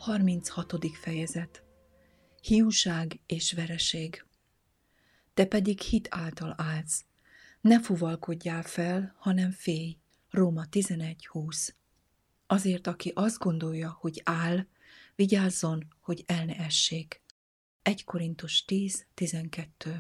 36. fejezet. Hiúság és vereség. Te pedig hit által állsz. Ne fuvalkodjál fel, hanem félj. Róma 11:20. Azért, aki azt gondolja, hogy áll, vigyázzon, hogy el ne essék. 1 Korintus 10:12.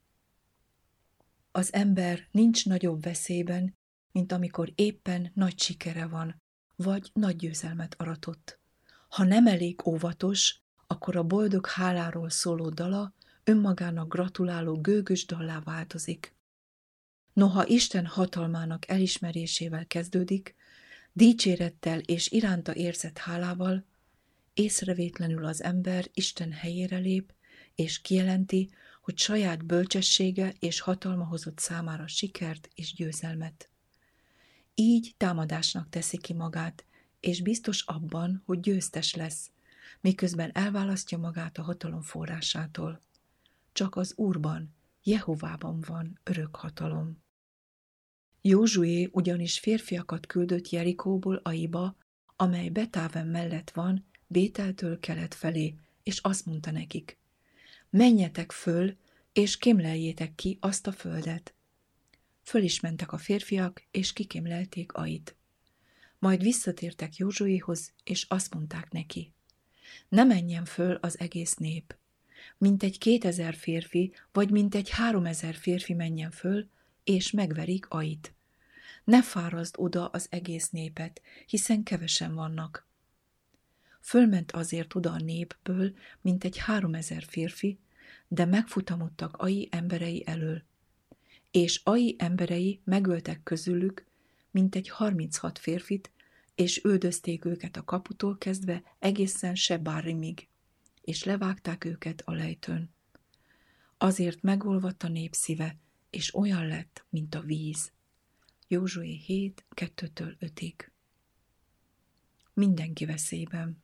Az ember nincs nagyobb veszélyben, mint amikor éppen nagy sikere van, vagy nagy győzelmet aratott. Ha nem elég óvatos, akkor a boldog háláról szóló dala önmagának gratuláló gőgös dallá változik. Noha Isten hatalmának elismerésével kezdődik, dicsérettel és iránta érzett hálával, észrevétlenül az ember Isten helyére lép, és kijelenti, hogy saját bölcsessége és hatalma hozott számára sikert és győzelmet. Így támadásnak teszi ki magát, és biztos abban, hogy győztes lesz, miközben elválasztja magát a hatalom forrásától. Csak az Úrban, Jehovában van örök hatalom. Józsué ugyanis férfiakat küldött Jerikóból Aiba, amely Betáven mellett van, Bételtől kelet felé, és azt mondta nekik: menjetek föl, és kémleljétek ki azt a földet. Föl is mentek a férfiak, és kikémlelték Ait. Majd visszatértek Józsuéhoz, és azt mondták neki: ne menjen föl az egész nép. Mintegy 2000 férfi, vagy mintegy 3000 férfi menjen föl, és megverik Ait. Ne fáraszd oda az egész népet, hiszen kevesen vannak. Fölment azért oda a népből mintegy 3000 férfi, de megfutamodtak Ai emberei elől. És Ai emberei megöltek közülük mintegy 36 férfit, és üldözték őket a kaputól kezdve egészen Sebárimig, és levágták őket a lejtőn. Azért megolvadt a nép szíve, és olyan lett, mint a víz. Józsué 7:2-5. Mindenki veszélyben.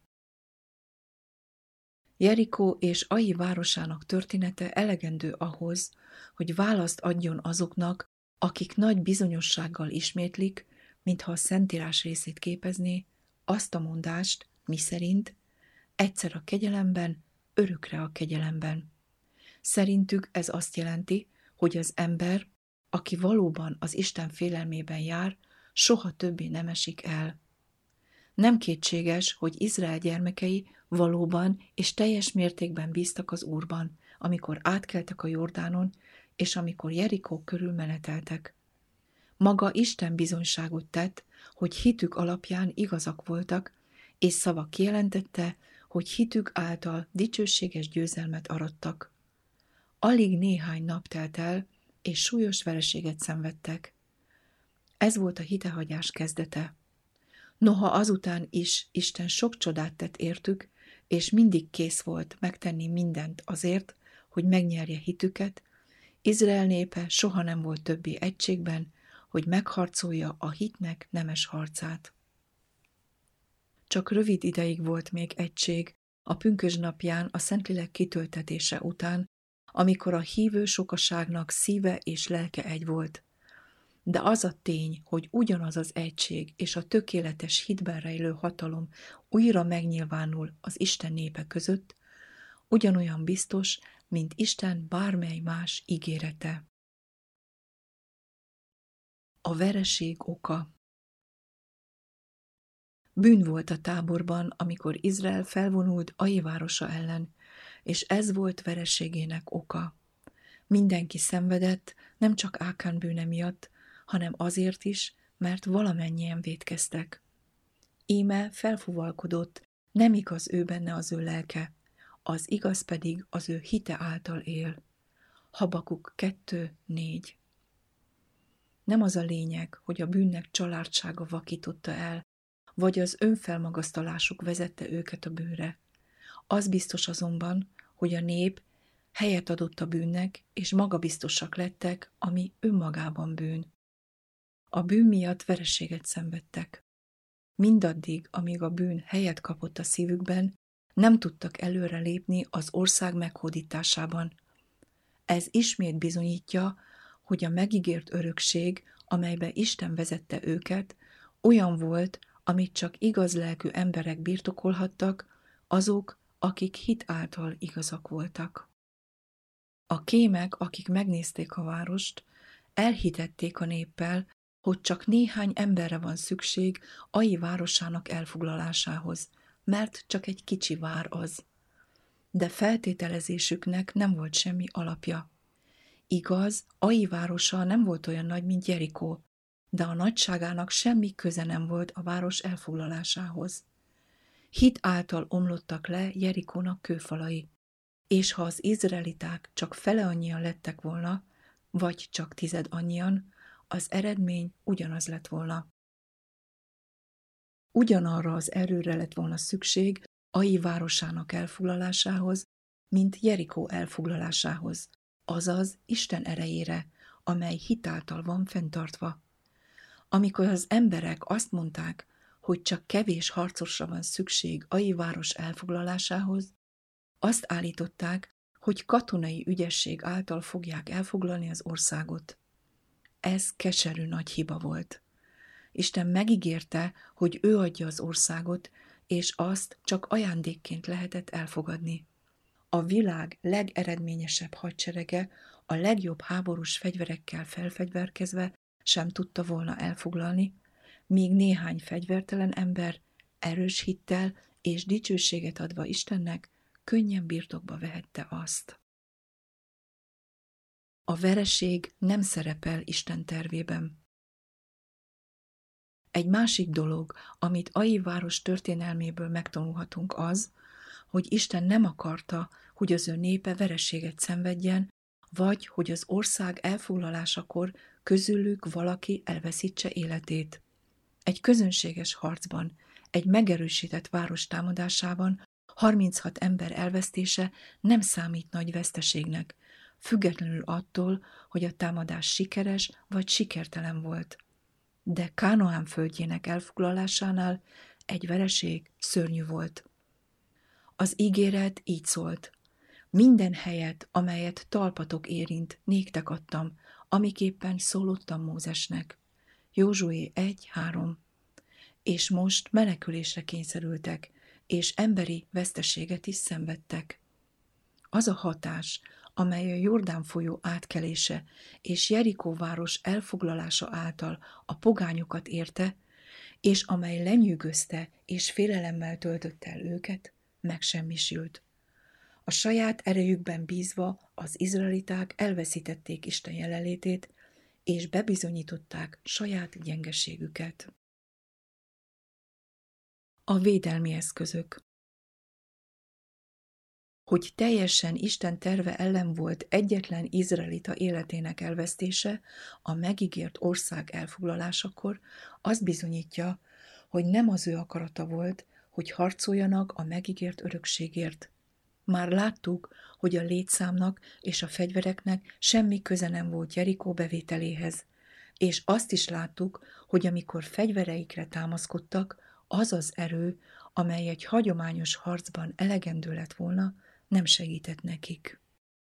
Jerikó és Ai városának története elegendő ahhoz, hogy választ adjon azoknak, akik nagy bizonyossággal ismétlik, mintha a Szentírás részét képezné, azt a mondást, miszerint egyszer a kegyelemben, örökre a kegyelemben. Szerintük ez azt jelenti, hogy az ember, aki valóban az Isten félelmében jár, soha többé nem esik el. Nem kétséges, hogy Izrael gyermekei valóban és teljes mértékben bíztak az Úrban, amikor átkeltek a Jordánon, és amikor Jerikó körül meneteltek. Maga Isten bizonyságot tett, hogy hitük alapján igazak voltak, és szava kijelentette, hogy hitük által dicsőséges győzelmet arattak. Alig néhány nap telt el, és súlyos vereséget szenvedtek. Ez volt a hitehagyás kezdete. Noha azután is Isten sok csodát tett értük, és mindig kész volt megtenni mindent azért, hogy megnyerje hitüket, Izrael népe soha nem volt többé egységben, hogy megharcolja a hitnek nemes harcát. Csak rövid ideig volt még egység a pünkösdnapján a Szentlélek kitöltetése után, amikor a hívő sokaságnak szíve és lelke egy volt. De az a tény, hogy ugyanaz az egység és a tökéletes hitben rejlő hatalom újra megnyilvánul az Isten népe között, ugyanolyan biztos, mint Isten bármely más ígérete. A vereség oka. Bűn volt a táborban, amikor Izrael felvonult Ai városa ellen, és ez volt vereségének oka. Mindenki szenvedett, nem csak Ákán bűne miatt, hanem azért is, mert valamennyien vétkeztek. Íme felfuvalkodott, nem igaz ő benne az ő lelke, az igaz pedig az ő hite által él. Habakuk 2:4. Nem az a lényeg, hogy a bűnnek csalárdsága vakította el, vagy az önfelmagasztalásuk vezette őket a bűnre. Az biztos azonban, hogy a nép helyet adott a bűnnek, és magabiztosak lettek, ami önmagában bűn. A bűn miatt vereséget szenvedtek. Mindaddig, amíg a bűn helyet kapott a szívükben, nem tudtak előre lépni az ország meghódításában. Ez ismét bizonyítja, hogy a megígért örökség, amelybe Isten vezette őket, olyan volt, amit csak igaz lelkű emberek birtokolhattak, azok, akik hit által igazak voltak. A kémek, akik megnézték a várost, elhitették a néppel, hogy csak néhány emberre van szükség Ai városának elfoglalásához, mert csak egy kicsi vár az. De feltételezésüknek nem volt semmi alapja. Igaz, Ai városa nem volt olyan nagy, mint Jerikó, de a nagyságának semmi köze nem volt a város elfoglalásához. Hit által omlottak le Jerikónak kőfalai, és ha az izraeliták csak fele annyian lettek volna, vagy csak 10 annyian, az eredmény ugyanaz lett volna. Ugyanarra az erőre lett volna szükség Ai városának elfoglalásához, mint Jerikó elfoglalásához, azaz Isten erejére, amely hitáltal van fenntartva. Amikor az emberek azt mondták, hogy csak kevés harcosra van szükség Ai város elfoglalásához, azt állították, hogy katonai ügyesség által fogják elfoglalni az országot. Ez keserű nagy hiba volt. Isten megígérte, hogy ő adja az országot, és azt csak ajándékként lehetett elfogadni. A világ legeredményesebb hadserege a legjobb háborús fegyverekkel felfegyverkezve sem tudta volna elfoglalni, míg néhány fegyvertelen ember erős hittel és dicsőséget adva Istennek könnyen birtokba vehette azt. A vereség nem szerepel Isten tervében. Egy másik dolog, amit Ai város történelméből megtanulhatunk az, hogy Isten nem akarta, hogy az ő népe vereséget szenvedjen, vagy hogy az ország elfoglalásakor közülük valaki elveszítse életét. Egy közönséges harcban, egy megerősített város támadásában 36 ember elvesztése nem számít nagy veszteségnek, függetlenül attól, hogy a támadás sikeres vagy sikertelen volt. De Kánaán földjének elfoglalásánál egy vereség szörnyű volt. Az ígéret így szólt: minden helyet, amelyet talpatok érint, néktek adtam, amiképpen szólottam Mózesnek. Józsué 1:3. És most menekülésre kényszerültek, és emberi veszteséget is szenvedtek. Az a hatás, amely a Jordán folyó átkelése és Jerikó város elfoglalása által a pogányokat érte, és amely lenyűgözte és félelemmel töltötte el őket, megsemmisült. A saját erejükben bízva az izraeliták elveszítették Isten jelenlétét, és bebizonyították saját gyengeségüket. A védelmi eszközök. Hogy teljesen Isten terve ellen volt egyetlen izraelita életének elvesztése a megígért ország elfoglalásakor, azt bizonyítja, hogy nem az ő akarata volt, hogy harcoljanak a megígért örökségért. Már láttuk, hogy a létszámnak és a fegyvereknek semmi köze nem volt Jerikó bevételéhez, és azt is láttuk, hogy amikor fegyvereikre támaszkodtak, az az erő, amely egy hagyományos harcban elegendő lett volna, nem segített nekik.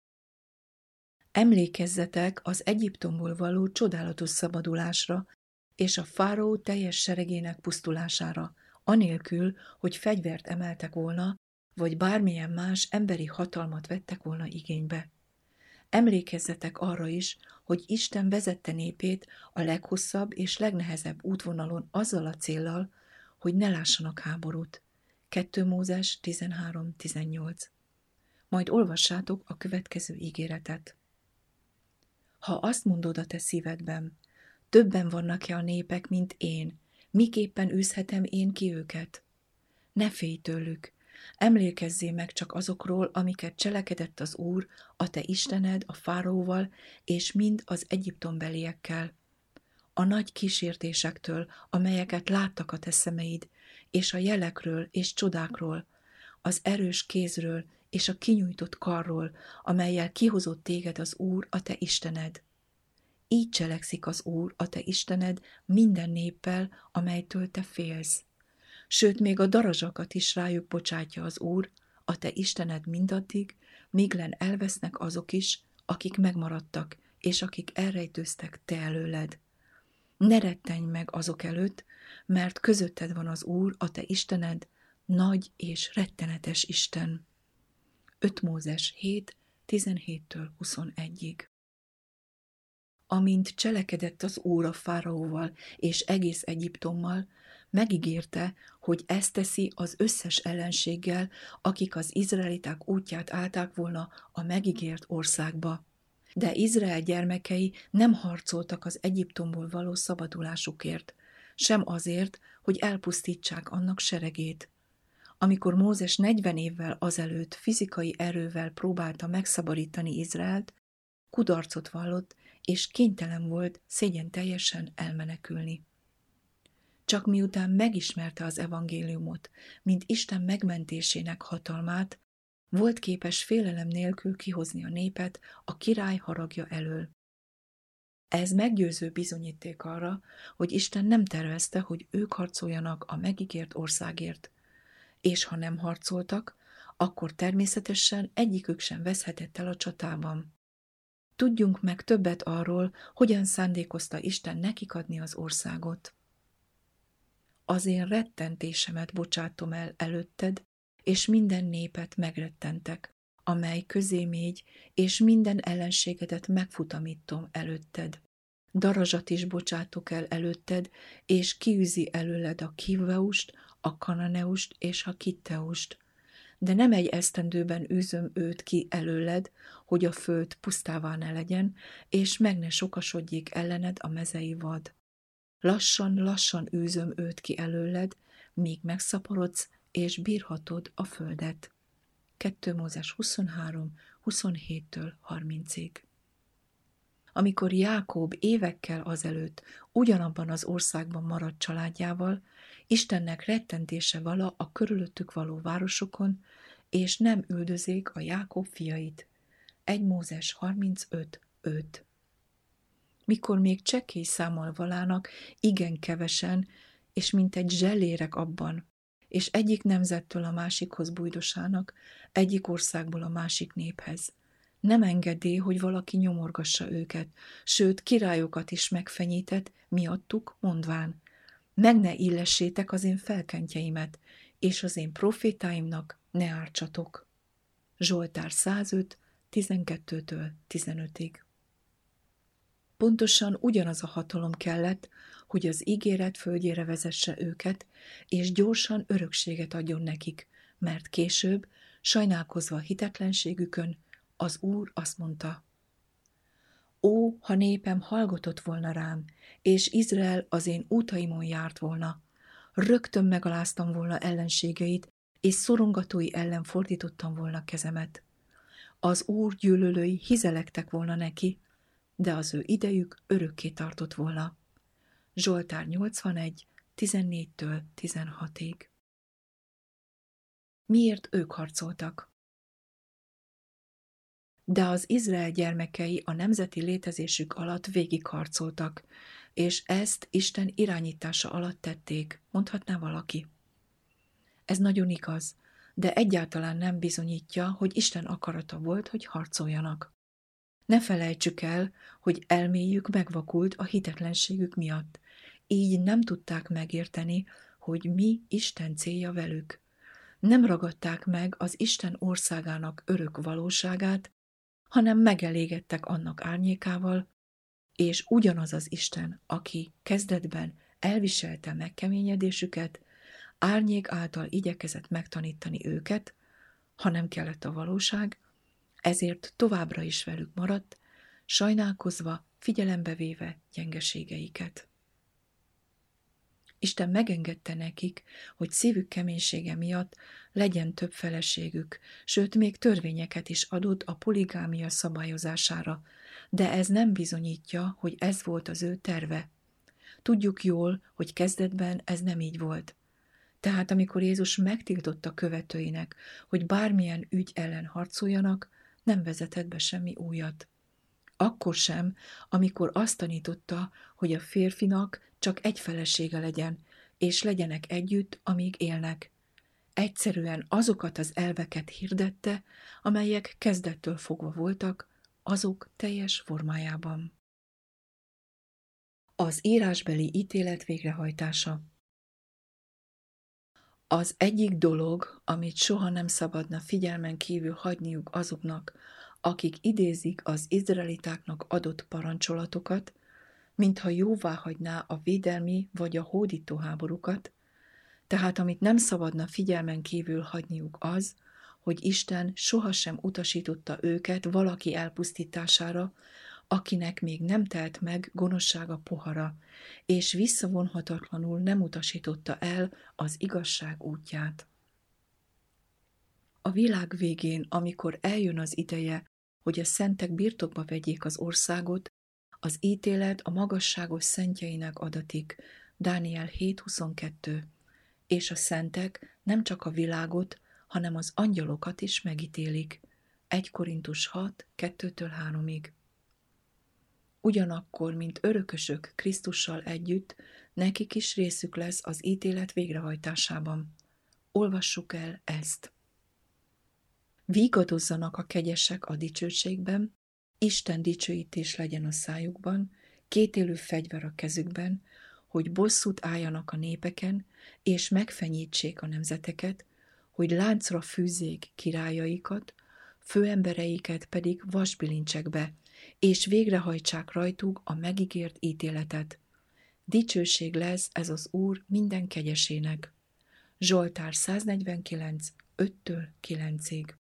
Emlékezzetek az Egyiptomból való csodálatos szabadulásra és a fáraó teljes seregének pusztulására, anélkül, hogy fegyvert emeltek volna, vagy bármilyen más emberi hatalmat vettek volna igénybe. Emlékezzetek arra is, hogy Isten vezette népét a leghosszabb és legnehezebb útvonalon azzal a céllal, hogy ne lássanak háborút. 2 Mózes 13-18. Majd olvassátok a következő ígéretet. Ha azt mondod a te szívedben, többen vannak-e a népek, mint én, miképpen űzhetem én ki őket? Ne félj tőlük, emlékezzél meg csak azokról, amiket cselekedett az Úr, a te Istened, a fáraóval, és mind az egyiptombeliekkel. A nagy kísértésektől, amelyeket láttak a te szemeid, és a jelekről és csodákról, az erős kézről és a kinyújtott karról, amellyel kihozott téged az Úr, a te Istened. Így cselekszik az Úr, a te Istened minden néppel, amelytől te félsz. Sőt, még a darazsakat is rájuk bocsátja az Úr, a te Istened mindaddig, míg len elvesznek azok is, akik megmaradtak, és akik elrejtőztek te előled. Ne rettenj meg azok előtt, mert közötted van az Úr, a te Istened, nagy és rettenetes Isten. 5 Mózes 7, 17-től 21-ig. Amint cselekedett az Úr a fáraóval és egész Egyiptommal, megígérte, hogy ezt teszi az összes ellenséggel, akik az izraeliták útját állták volna a megígért országba. De Izrael gyermekei nem harcoltak az Egyiptomból való szabadulásukért, sem azért, hogy elpusztítsák annak seregét. Amikor Mózes 40 évvel azelőtt fizikai erővel próbálta megszabadítani Izraelt, kudarcot vallott, és kénytelen volt szégyenteljesen elmenekülni. Csak miután megismerte az evangéliumot, mint Isten megmentésének hatalmát, volt képes félelem nélkül kihozni a népet a király haragja elől. Ez meggyőző bizonyíték arra, hogy Isten nem tervezte, hogy ők harcoljanak a megígért országért, és ha nem harcoltak, akkor természetesen egyikük sem veszhetett el a csatában. Tudjunk meg többet arról, hogyan szándékozta Isten nekik adni az országot. Az én rettentésemet bocsátom el előtted, és minden népet megrettentek, amely közé mégy, és minden ellenségedet megfutamítom előtted. Darazsat is bocsátok el előtted, és kiűzi előled a Kiveust, a Kananeust és a Kitteust. De nem egy esztendőben űzöm őt ki előled, hogy a föld pusztává ne legyen, és meg ne sokasodjék ellened a mezei vad. Lassan űzöm őt ki előled, míg megszaporodsz, és bírhatod a földet. 2 Mózes 23, 27-től 30-ig. Amikor Jákob évekkel azelőtt ugyanabban az országban maradt családjával, Istennek rettentése vala a körülöttük való városokon, és nem üldözék a Jákob fiait. 1 Mózes 35, 5. Mikor még csekély számmal valának, igen kevesen, és mint egy zselérek abban, és egyik nemzettől a másikhoz bújdosának, egyik országból a másik néphez. Nem engedély, hogy valaki nyomorgassa őket, sőt, királyokat is megfenyített, miattuk mondván: meg ne illessétek az én felkentjeimet, és az én profétáimnak ne ártsatok. Zsoltár 105, 12-től 15-ig. Pontosan ugyanaz a hatalom kellett, hogy az ígéret földjére vezesse őket, és gyorsan örökséget adjon nekik, mert később, sajnálkozva hitetlenségükön, az Úr azt mondta: Ó, ha népem hallgatott volna rám, és Izrael az én útaimon járt volna, rögtön megaláztam volna ellenségeit, és szorongatói ellen fordítottam volna kezemet. Az Úr gyűlölői hizelektek volna neki, de az ő idejük örökké tartott volna. Zsoltár 81, 14-től 16-ig. Miért ők harcoltak? De az Izrael gyermekei a nemzeti létezésük alatt végigharcoltak, és ezt Isten irányítása alatt tették, mondhatná valaki. Ez nagyon igaz, de egyáltalán nem bizonyítja, hogy Isten akarata volt, hogy harcoljanak. Ne felejtsük el, hogy elméjük megvakult a hitetlenségük miatt, így nem tudták megérteni, hogy mi Isten célja velük. Nem ragadták meg az Isten országának örök valóságát, hanem megelégedtek annak árnyékával, és ugyanaz az Isten, aki kezdetben elviselte megkeményedésüket, árnyék által igyekezett megtanítani őket, ha nem kellett a valóság, ezért továbbra is velük maradt, sajnálkozva, figyelembe véve gyengeségeiket. Isten megengedte nekik, hogy szívük keménysége miatt legyen több feleségük, sőt, még törvényeket is adott a poligámia szabályozására, de ez nem bizonyítja, hogy ez volt az ő terve. Tudjuk jól, hogy kezdetben ez nem így volt. Tehát amikor Jézus megtiltotta követőinek, hogy bármilyen ügy ellen harcoljanak, nem vezetett be semmi újat. Akkor sem, amikor azt tanította, hogy a férfinak csak egy felesége legyen, és legyenek együtt, amíg élnek. Egyszerűen azokat az elveket hirdette, amelyek kezdettől fogva voltak, azok teljes formájában. Az írásbeli ítélet végrehajtása. Az egyik dolog, amit soha nem szabadna figyelmen kívül hagyniuk azoknak, akik idézik az izraelitáknak adott parancsolatokat, mintha jóváhagyná a védelmi vagy a hódító háborúkat, tehát amit nem szabadna figyelmen kívül hagyniuk az, hogy Isten sohasem utasította őket valaki elpusztítására, akinek még nem telt meg gonoszsága pohara, és visszavonhatatlanul nem utasította el az igazság útját. A világ végén, amikor eljön az ideje, hogy a szentek birtokba vegyék az országot, az ítélet a magasságos szentjeinek adatik, Dániel 7.22, és a szentek nem csak a világot, hanem az angyalokat is megítélik, 1 Korintus 6, 2-3-ig. Ugyanakkor, mint örökösök Krisztussal együtt, nekik is részük lesz az ítélet végrehajtásában. Olvassuk el ezt. Vígadozzanak a kegyesek a dicsőségben, Isten dicsőítés legyen a szájukban, kétélű fegyver a kezükben, hogy bosszút álljanak a népeken, és megfenyítsék a nemzeteket, hogy láncra fűzzék királyaikat, főembereiket pedig vasbilincsekbe, és végrehajtsák rajtuk a megígért ítéletet. Dicsőség lesz ez az Úr minden kegyesének. Zsoltár 149, 5-9-ig.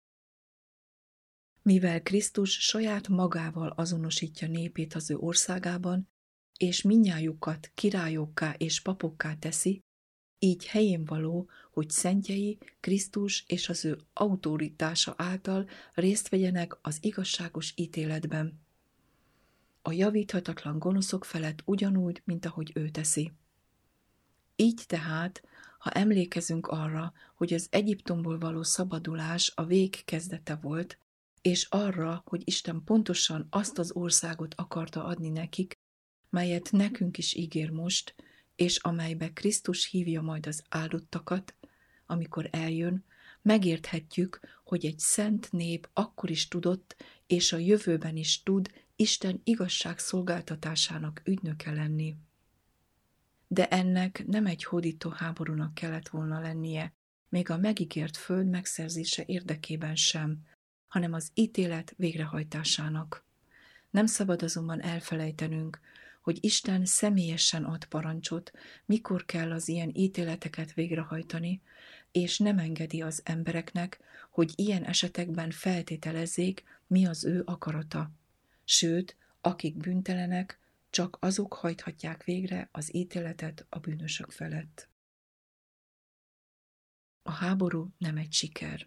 Mivel Krisztus saját magával azonosítja népét az ő országában, és mindnyájukat királyokká és papokká teszi, így helyénvaló, hogy szentjei Krisztus és az ő autoritása által részt vegyenek az igazságos ítéletben. A javíthatatlan gonoszok felett ugyanúgy, mint ahogy ő teszi. Így tehát, ha emlékezünk arra, hogy az Egyiptomból való szabadulás a vég kezdete volt, és arra, hogy Isten pontosan azt az országot akarta adni nekik, melyet nekünk is ígér most, és amelybe Krisztus hívja majd az áldottakat, amikor eljön, megérthetjük, hogy egy szent nép akkor is tudott, és a jövőben is tud Isten igazságszolgáltatásának ügynöke lenni. De ennek nem egy hódító háborúnak kellett volna lennie, még a megígért föld megszerzése érdekében sem, hanem az ítélet végrehajtásának. Nem szabad azonban elfelejtenünk, hogy Isten személyesen ad parancsot, mikor kell az ilyen ítéleteket végrehajtani, és nem engedi az embereknek, hogy ilyen esetekben feltételezzék, mi az ő akarata. Sőt, akik bűntelenek, csak azok hajthatják végre az ítéletet a bűnösök felett. A háború nem egy siker.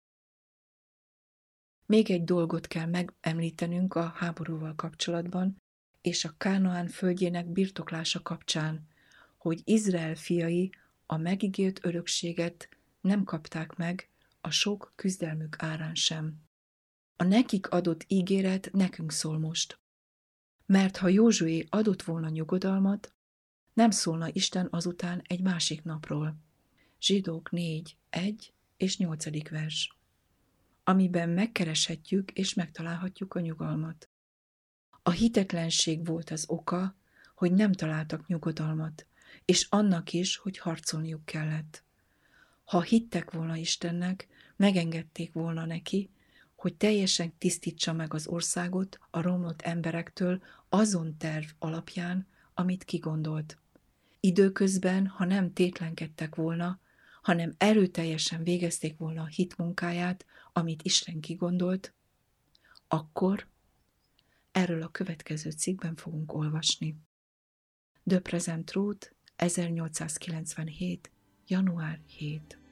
Még egy dolgot kell megemlítenünk a háborúval kapcsolatban, és a Kánaán földjének birtoklása kapcsán, hogy Izrael fiai a megígért örökséget nem kapták meg a sok küzdelmük árán sem. A nekik adott ígéret nekünk szól most. Mert ha Józsué adott volna nyugodalmat, nem szólna Isten azután egy másik napról. Zsidók 4, 1 és 8. vers. Amiben megkereshetjük és megtalálhatjuk a nyugalmat. A hitetlenség volt az oka, hogy nem találtak nyugodalmat, és annak is, hogy harcolniuk kellett. Ha hittek volna Istennek, megengedték volna neki, hogy teljesen tisztítsa meg az országot a romlott emberektől azon terv alapján, amit kigondolt. Időközben, ha nem tétlenkedtek volna, hanem erőteljesen végezték volna a hit munkáját, amit Isten kigondolt, akkor erről a következő cikkben fogunk olvasni. The Present Truth, 1897. január 7.